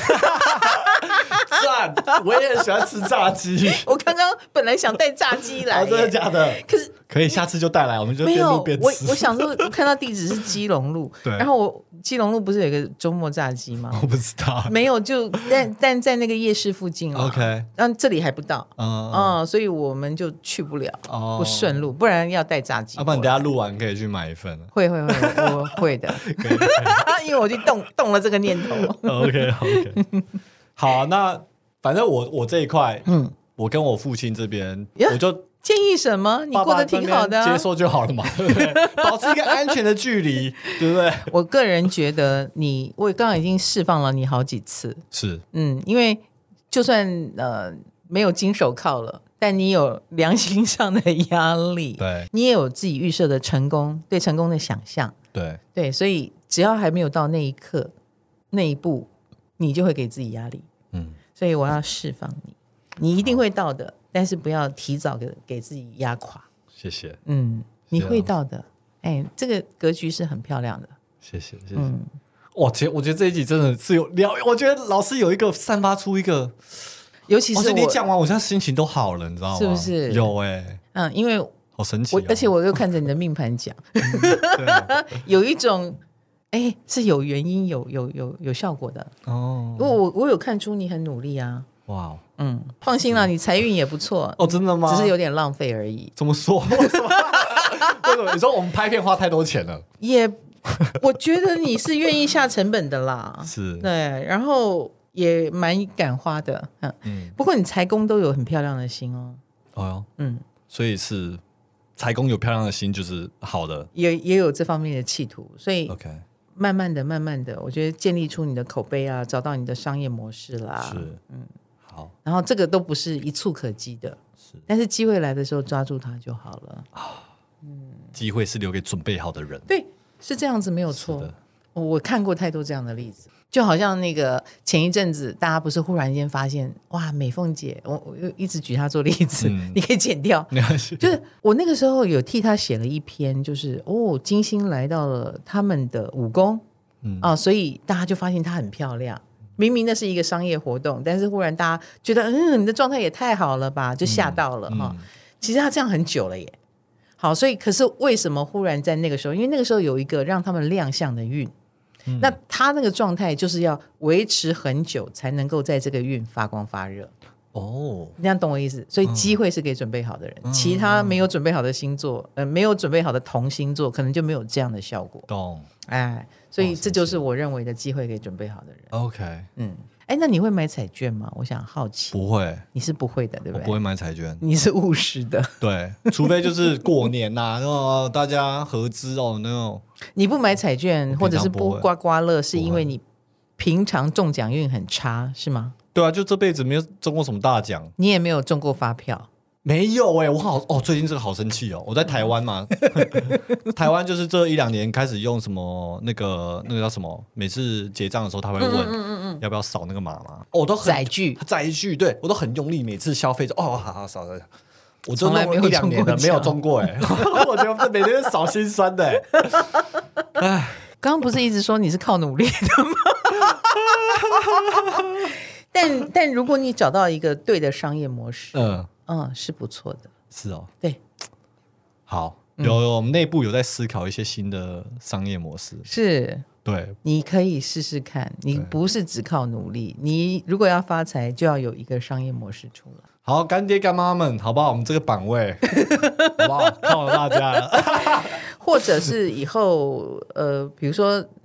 赞，我也很喜欢吃炸鸡。 我刚刚本来想带炸鸡来、 哦，真的假的？ 可是可以，下次就带来，我们就边录边吃。 我我想说，我看到地址是基隆路，对，然后我基隆路不是有一个周末炸鸡吗？ 我不知道， 没有，就但但在那个夜市附近了。 OK， 但这里还不到， 嗯嗯，所以我们就去不了，哦、不顺路，不然要带炸鸡。 要、啊、不然等一下录完可以去买一份。 会会会，我会的，因为我就动动了这个念头。 OK OK， 好、啊，那。反正我我这一块，嗯，我跟我父亲这边，我就建议什么？你过得挺好的、啊， 接受就好了嘛，对不对？保持一个安全的距离，对不对？ 我个人觉得你，我刚刚已经释放了你好几次， 是， 嗯，因为就算呃没有金手铐了，但你有良心上的压力， 对， 你也有自己预设的成功，对成功的想象， 对对，所以只要还没有到那一刻那一步，你就会给自己压力，嗯。所以我要释放你，你一定会到的，但是不要提早给给自己压垮。 谢谢。 嗯，你会到的。哎，这个格局是很漂亮的。 谢谢，谢谢。嗯，哇，其实我觉得这一集真的是有聊，我觉得老师有一个散发出一个， 尤其是我你讲完，我现在心情都好了，你知道吗？ 是不是？ 有哎、欸， 嗯，因为好神奇、啊， 而且我又看着你的命盘讲，嗯啊、有一种。哎，是有原因、有有有有效果的哦。因为我我有看出你很努力啊。哇，嗯，放心啦，你财运也不错哦。真的吗？ 只是有点浪费而已。 怎么说？为什么？为什么？你说我们拍片花太多钱了？ 也，我觉得你是愿意下成本的啦。 是， 对，然后也蛮敢花的。嗯嗯。不过你财宫都有很漂亮的心哦。 哦哟，嗯，所以是财宫有漂亮的心就是好的， 也也有这方面的企图，所以 OK。 慢慢的慢慢的我觉得建立出你的口碑啊，找到你的商业模式啦， 是，嗯，好， 然后这个都不是一触可及的，是，但是机会来的时候抓住它就好了啊。 嗯，机会是留给准备好的人， 对，是这样子没有错。我看过太多这样的例子，就好像那个前一阵子大家不是忽然间发现哇，美凤姐，我我一直举她做例子、嗯、你可以剪掉就是我那个时候有替她写了一篇，就是哦，金星来到了他们的五宫、嗯啊、所以大家就发现她很漂亮，明明那是一个商业活动，但是忽然大家觉得嗯，你的状态也太好了吧，就吓到了、嗯嗯、其实她这样很久了耶。好，所以可是为什么忽然在那个时候，因为那个时候有一个让他们亮相的运，嗯、那他那个状态就是要维持很久才能够在这个运发光发热哦，你这样懂我意思？所以机会是给准备好的人、嗯、其他没有准备好的星座、呃、没有准备好的同星座可能就没有这样的效果， 懂？ 哎，所以这就是我认为的机会给准备好的人。 OK， 嗯， 哎，那你会买彩券吗？我想好奇。 不会， 你是不会的，对不对？ 我不会买彩券， 你是务实的。 对，除非就是过年呐、啊，然后大家合资哦那种。 你不买彩券或者是不刮刮乐，是因为你平常中奖运很差，是吗？ 对啊，就这辈子没有中过什么大奖。 你也没有中过发票？ 没有哎、欸，我好哦，最近这个好生气哦！我在台湾嘛，台湾就是这一两年开始用什么那个那个叫什么，每次结账的时候他会问，嗯嗯嗯要不要扫那个码嘛？哦，我都很载具载具，对我都很用力，每次消费者哦，好好扫的，我真的一两年了没有中过哎、欸，我觉得每天扫心酸的哎、 欸。哎，刚刚不是一直说你是靠努力的吗？但但如果你找到一个对的商业模式，嗯。嗯，是不错的。 是哦， 对， 好，有有我们内部有在思考一些新的商业模式， 是， 对， 你可以试试看。你不是只靠努力，你如果要发财，就要有一个商业模式出来。 好，干爹干妈们，好不好？我们这个版位，好不好？靠大家了。 或者是以后，呃，比如说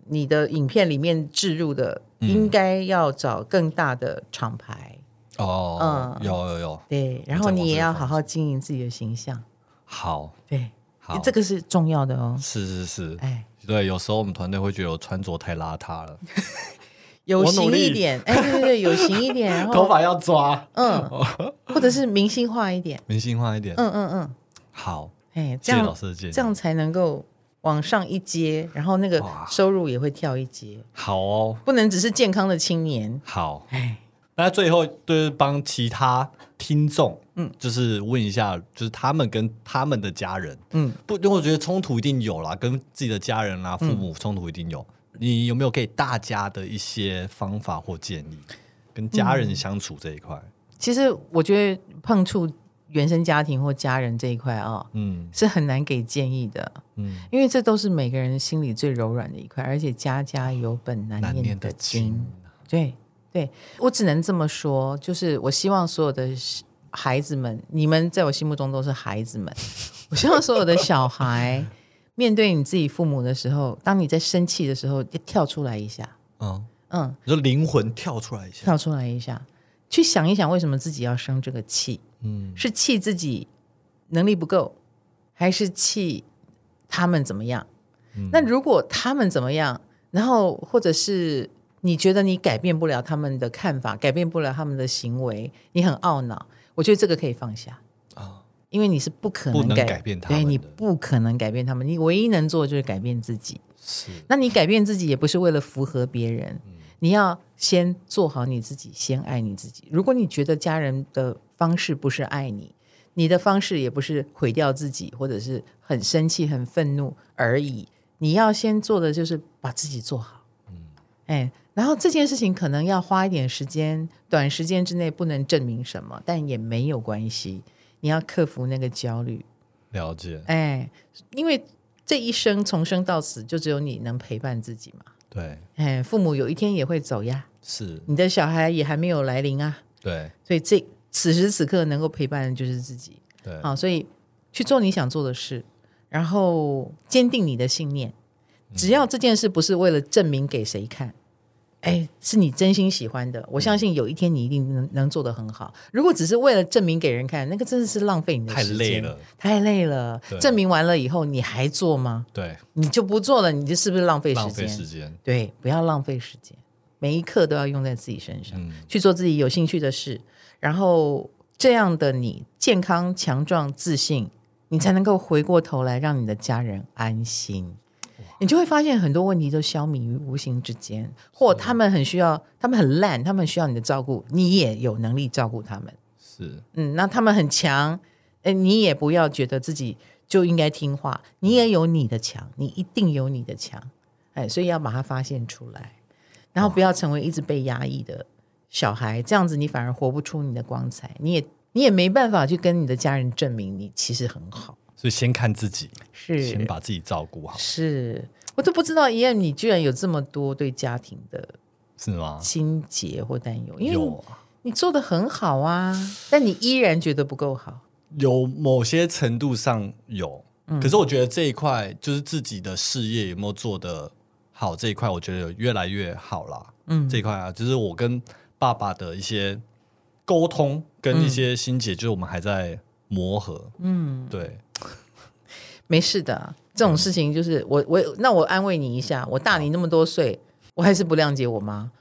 你的影片里面置入的，嗯、应该要找更大的厂牌哦。嗯，有有有， 对，然后你也要好好经营自己的形象。 好， 对，好，这个是重要的哦。 是是是，哎，对，有时候我们团队会觉得我穿着太邋遢了。 有型一点，哎，对对对，有型一点，然后头发要抓， 嗯，或者是明星化一点， 明星化一点， 嗯嗯嗯， 好， 哎，这样这样才能够往上一阶，然后那个收入也会跳一阶。 好哦， 不能只是健康的青年。 好，哎，那最后就是帮其他听众，嗯，就是问一下，就是他们跟他们的家人，嗯，不，因为我觉得冲突一定有啦，跟自己的家人啦、父母冲突一定有。你有没有给大家的一些方法或建议，跟家人相处这一块？嗯、 其实我觉得碰触原生家庭或家人这一块啊、哦，嗯，是很难给建议的，嗯，因为这都是每个人心里最柔软的一块，而且家家有本难念的经。对对，我只能这么说，就是我希望所有的孩子们，你们在我心目中都是孩子们，我希望所有的小孩。面对你自己父母的时候，当你在生气的时候，就跳出来一下，嗯嗯， 就灵魂跳出来一下， 跳出来一下，去想一想为什么自己要生这个气，嗯，是气自己能力不够，还是气他们怎么样？嗯、那如果他们怎么样，然后或者是你觉得你改变不了他们的看法，改变不了他们的行为，你很懊恼，我觉得这个可以放下啊。因为你是不可能 改, 不能改变他们的， 对，你不可能改变他们，你唯一能做的就是改变自己。 是， 那你改变自己也不是为了符合别人，嗯、你要先做好你自己，先爱你自己。如果你觉得家人的方式不是爱你，你的方式也不是毁掉自己，或者是很生气、很愤怒而已，你要先做的就是把自己做好。嗯，哎，然后这件事情可能要花一点时间，短时间之内不能证明什么，但也没有关系。你要克服那个焦虑， 了解， 哎，因为这一生从生到死，就只有你能陪伴自己嘛。 对， 哎，父母有一天也会走呀， 是， 你的小孩也还没有来临啊。 对， 所以这此时此刻能够陪伴的就是自己。 对， 好，所以去做你想做的事，然后坚定你的信念。只要这件事不是为了证明给谁看。哎，是你真心喜欢的，我相信有一天你一定能能做得很好。如果只是为了证明给人看，那个真的是浪费你的时间， 太累了， 太累了。证明完了以后，你还做吗？ 对， 你就不做了，你就是不是浪费时间？ 浪费时间， 对，不要浪费时间，每一刻都要用在自己身上，嗯、去做自己有兴趣的事，然后这样的你健康、强壮、自信，你才能够回过头来让你的家人安心。你就会发现很多问题都消弭于无形之间，或他们很需要，他们很烂，他们需要你的照顾，你也有能力照顾他们。 是， 嗯，那他们很强，你也不要觉得自己就应该听话，你也有你的强，你一定有你的强，哎，所以要把它发现出来，然后不要成为一直被压抑的小孩，这样子你反而活不出你的光彩，你也你也没办法去跟你的家人证明你其实很好。 所以先看自己， 是先把自己照顾好。 是，我都不知道一燕你居然有这么多对家庭的是吗？ 心结或担忧，因为你做得很好啊，但你依然觉得不够好。 有某些程度上有、嗯、可是我觉得这一块就是自己的事业有没有做得好，这一块我觉得有越来越好啦。嗯，这一块啊，就是我跟爸爸的一些沟通跟一些心结、嗯、就是我们还在磨合。嗯，对， 没事的，这种事情就是我我那我安慰你一下，我大你那么多岁，我还是不谅解我妈。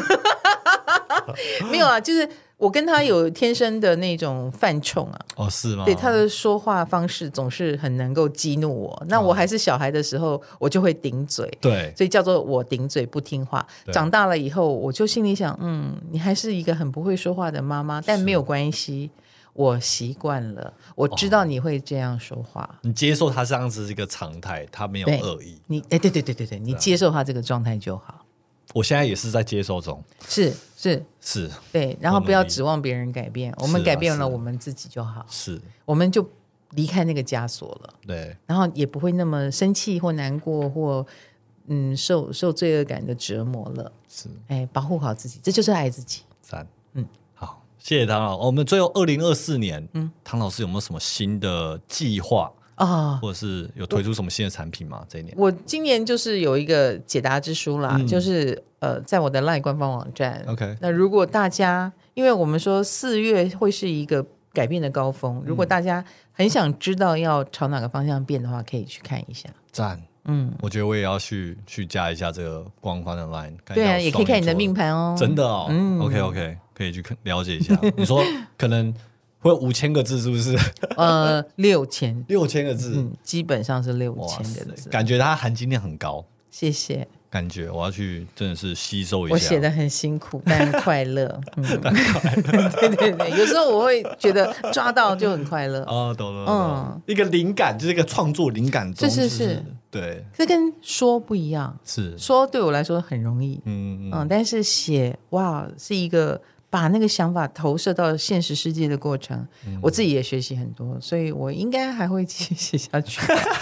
没有啊，就是我跟他有天生的那种犯冲啊。 哦，是吗？ 对，他的说话方式总是很能够激怒我。那我还是小孩的时候，我就会顶嘴。 对， 所以叫做我顶嘴不听话。长大了以后，我就心里想，嗯，你还是一个很不会说话的妈妈，但没有关系。我习惯了，我知道你会这样说话、哦、 你接受他这样子是一个常态，他没有恶意。 你哎，对对对对对，你接受他这个状态就好。 我现在也是在接受中， 是是是， 对，然后不要指望别人改变，我们改变了我们自己就好， 是， 我们就离开那个枷锁了， 对， 然后也不会那么生气或难过或嗯受受罪恶感的折磨了， 是， 哎，保护好自己，这就是爱自己。 三，嗯，好，谢谢唐老。我们最后二零二四年，嗯，唐老师有没有什么新的计划啊，或者是有推出什么新的产品吗？这一年我今年就是有一个解答之书啦，嗯、就是呃，在我的 LINE 官方网站。 OK， 那如果大家，因为我们说四月会是一个改变的高峰，如果大家很想知道要朝哪个方向变的话，可以去看一下。 赞，嗯，我觉得我也要去去加一下这个官方的 LINE。 对啊，也可以看你的命盘哦。 真的哦、嗯、，OK OK， 可以去了解一下。你说可能。会有五千个字是不是？ 呃，六千， 六千个字、嗯， 基本上是六千个字， 感觉它含金量很高。 谢谢。 感觉我要去真的是吸收一下。 我写的很辛苦，但快乐。嗯、但快乐，对对对，有时候我会觉得抓到就很快乐。 哦，懂了，嗯，一个灵感就是一个创作灵感中， 是是是， 对， 这跟说不一样。 是说对我来说很容易，嗯 嗯, 嗯，但是写哇是一个。把那个想法投射到现实世界的过程、嗯、我自己也学习很多，所以我应该还会继续写下去。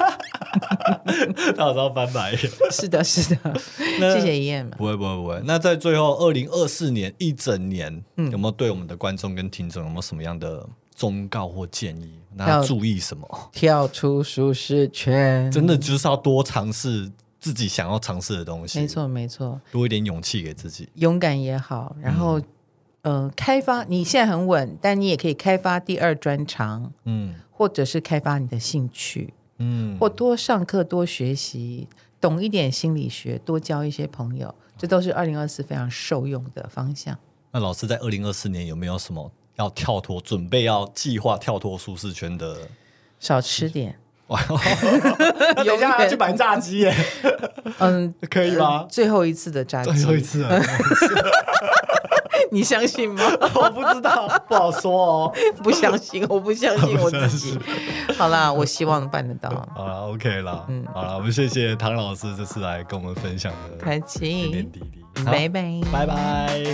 到时候翻白眼。 是的是的，谢谢伊燕。 不会不会不会。那在最后二零二四年一整年、嗯、有没有对我们的观众跟听众有没有什么样的忠告或建议？那要注意什么？ 跳出舒适圈， 真的就是要多尝试自己想要尝试的东西。 没错没错， 多一点勇气给自己， 勇敢也好，然后、嗯呃，开发你现在很稳，但你也可以开发第二专长，嗯，或者是开发你的兴趣，嗯，或多上课、多学习，懂一点心理学，多交一些朋友，这都是二零二四非常受用的方向。 那老师在二零二四年有没有什么要跳脱、准备要计划跳脱舒适圈的？ 少吃点。 等一下要去买炸鸡耶， 嗯， 可以吗、 呃？最后一次的炸鸡， 最后一次啊。 你相信吗？ 我不知道，不好说哦。 不相信，我不相信我自己。好啦，我希望办得到。 好啦 OK 啦，嗯，好啦，我们谢谢唐老师这次来跟我们分享的开心点点滴滴。 拜拜， 拜拜。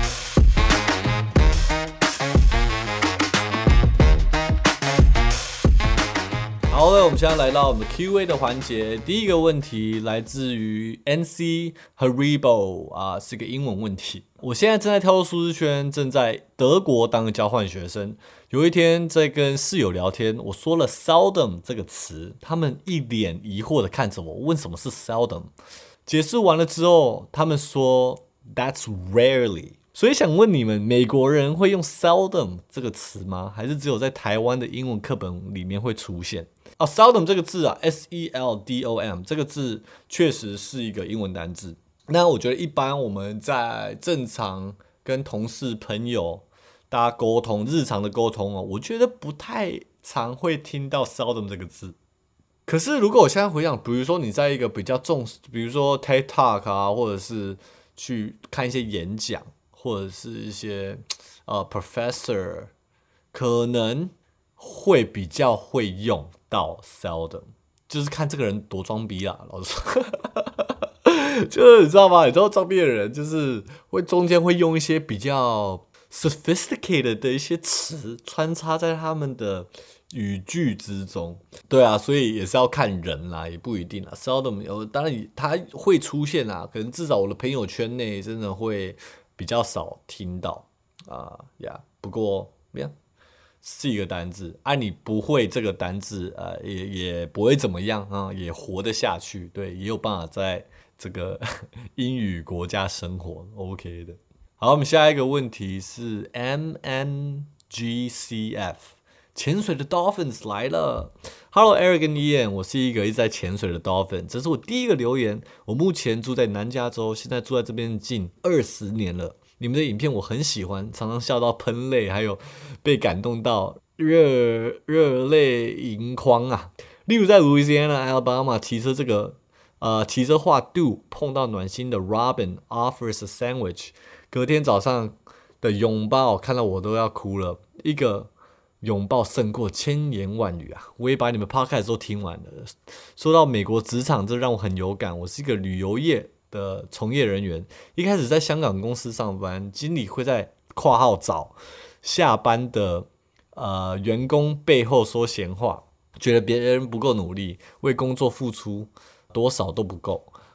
好了，我们现在来到我们的 Q A 的环节。第一个问题来自于 N C Haribo 啊，是个英文问题。我现在正在跳入舒适圈，正在德国当个交换学生。有一天在跟室友聊天，我说了 seldom 这个词，他们一脸疑惑的看着我，问什么是 seldom。解释完了之后，他们说 that's rarely。所以想问你们，美国人会用 seldom 这个词吗？还是只有在台湾的英文课本里面会出现？哦 ，seldom 这个字啊 ，S E L D O M 这个字确实是一个英文单字。那我觉得一般我们在正常跟同事、朋友大家沟通、日常的沟通哦，我觉得不太常会听到 seldom 这个字。可是如果我现在回想，比如说你在一个比较重视，比如说 TED Talk 啊，或者是去看一些演讲，或者是一些呃 professor， 可能会比较会用到 seldom， 就是看这个人多装逼啦，老实说。就是你知道吗？你知道装逼的人就是会中间会用一些比较 sophisticated 的一些词穿插在他们的语句之中。对啊，所以也是要看人啦，也不一定啦。seldom 有当然他会出现啦，可能至少我的朋友圈内真的会比较少听到啊呀。Uh, yeah, 不过呀。Yeah.是一个单字，啊，你不会这个单字，呃，也也不会怎么样啊，也活得下去，对，也有办法在这个英语国家生活 ，OK 的。好，我们下一个问题是 M N G C F， 潜水的 Dolphins 来了。Hello Eric 跟 Ian， 我是一个一直在潜水的 Dolphin， 这是我第一个留言。我目前住在南加州，现在住在这边近二十年了。你们的影片我很喜欢，常常笑到喷泪，还有被感动到热热泪盈眶啊！例如在 Louisiana、Alabama 骑车这个呃骑车画 do 碰到暖心的 Robin offers a sandwich， 隔天早上的拥抱看到我都要哭了，一个拥抱胜过千言万语啊！我也把你们 podcast 都听完了。说到美国职场，这让我很有感。我是一个旅游业的从业人员，一开始在香港公司上班，经理会在括号找下班的呃员工背后说闲话，觉得别人不够努力，为工作付出多少都不够。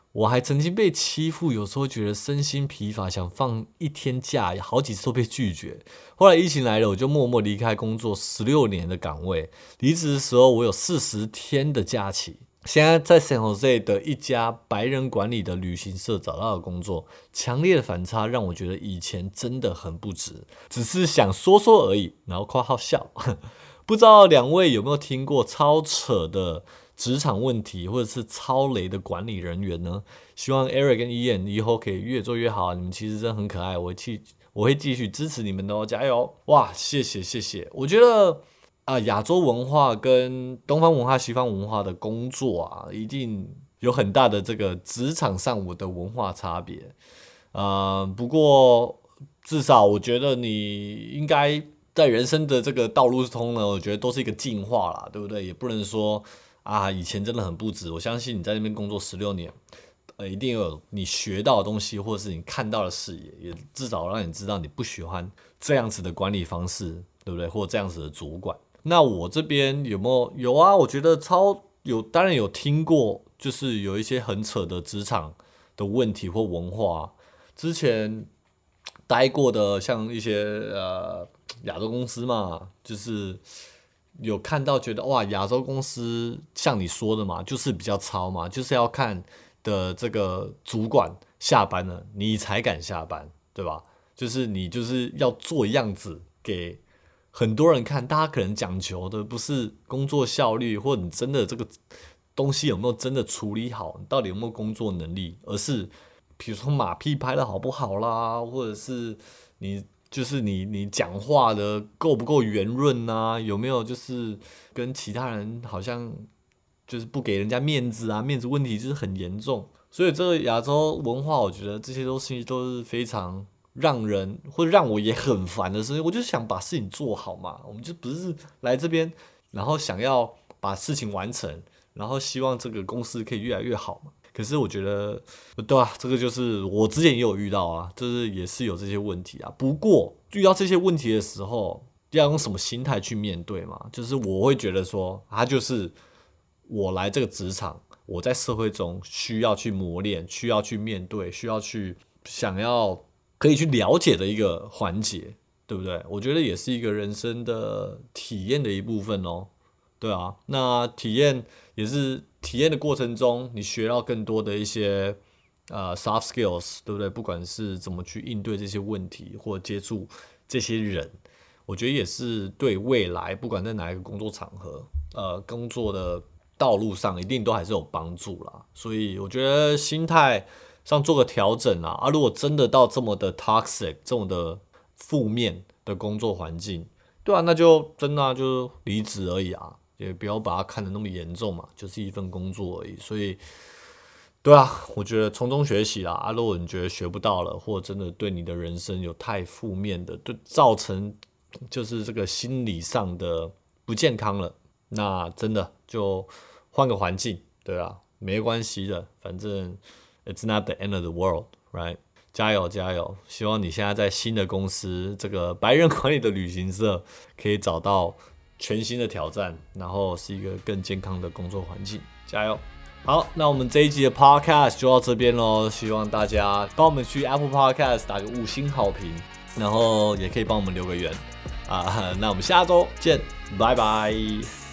我还曾经被欺负，有时候觉得身心疲乏，想放一天假，好几次都被拒绝。后来疫情来了，我就默默离开工作十六年的岗位。离职的时候，我有四十天的假期。现在在 San Jose 的一家白人管理的旅行社找到的工作，强烈的反差让我觉得以前真的很不值，只是想说说而已，然后括号笑。不知道两位有没有听过超扯的职场问题，或者是超雷的管理人员呢？希望 Eric 跟 Ian 以后可以越做越好，你们其实真的很可爱，我会去我会继续支持你们的哦，加油！哇，谢谢谢谢，我觉得。啊，亚洲文化跟东方文化、西方文化的工作啊，一定有很大的这个职场上我的文化差别。呃，不过至少我觉得你应该在人生的这个道路中呢，我觉得都是一个进化啦，对不对？也不能说啊，以前真的很不值。我相信你在那边工作十六年，呃，一定有你学到的东西，或者是你看到的视野，也至少让你知道你不喜欢这样子的管理方式，对不对？或者这样子的主管。那我这边有没有有啊？我觉得超有，当然有听过，就是有一些很扯的职场的问题或文化。之前待过的，像一些呃亚洲公司嘛，就是有看到觉得哇，亚洲公司像你说的嘛，就是比较糙嘛，就是要看的这个主管下班了，你才敢下班，对吧？就是你就是要做样子给。很多人看，大家可能讲求的不是工作效率，或者你真的这个东西有没有真的处理好，你到底有没有工作能力，而是比如说马屁拍的好不好啦，或者是你就是你你讲话的够不够圆润啊，有没有就是跟其他人好像就是不给人家面子啊，面子问题就是很严重。所以这个亚洲文化，我觉得这些东西都是非常。让人或者让我也很烦的事，我就想把事情做好嘛。我们就不是来这边，然后想要把事情完成，然后希望这个公司可以越来越好嘛。可是我觉得，对啊，这个就是我之前也有遇到啊，就是也是有这些问题啊。不过遇到这些问题的时候，要用什么心态去面对嘛？就是我会觉得说，它就是我来这个职场，我在社会中需要去磨练，需要去面对，需要去想要。可以去了解的一个环节，对不对？我觉得也是一个人生的体验的一部分哦。对啊，那体验也是体验的过程中，你学到更多的一些呃 soft skills， 对不对？不管是怎么去应对这些问题，或者接触这些人，我觉得也是对未来不管在哪一个工作场合，呃，工作的道路上，一定都还是有帮助啦。所以我觉得心态。上做个调整啊，啊，如果真的到这么的 toxic， 这种的负面的工作环境，对啊，那就真的、啊、就离职而已啊，也不要把它看得那么严重嘛，就是一份工作而已。所以，对啊，我觉得从中学习啦。啊，如果你觉得学不到了，或者真的对你的人生有太负面的，对造成就是这个心理上的不健康了，那真的就换个环境，对啊，没关系的，反正。It's not the end of the world, right? 加油加油！希望你现在在新的公司，这个白人管理的旅行社，可以找到全新的挑战，然后是一个更健康的工作环境。加油！好，那我们这一集的 podcast 就到这边咯，希望大家帮我们去 Apple Podcast 打个五星好评，然后也可以帮我们留个言啊。那我们下周见，拜拜。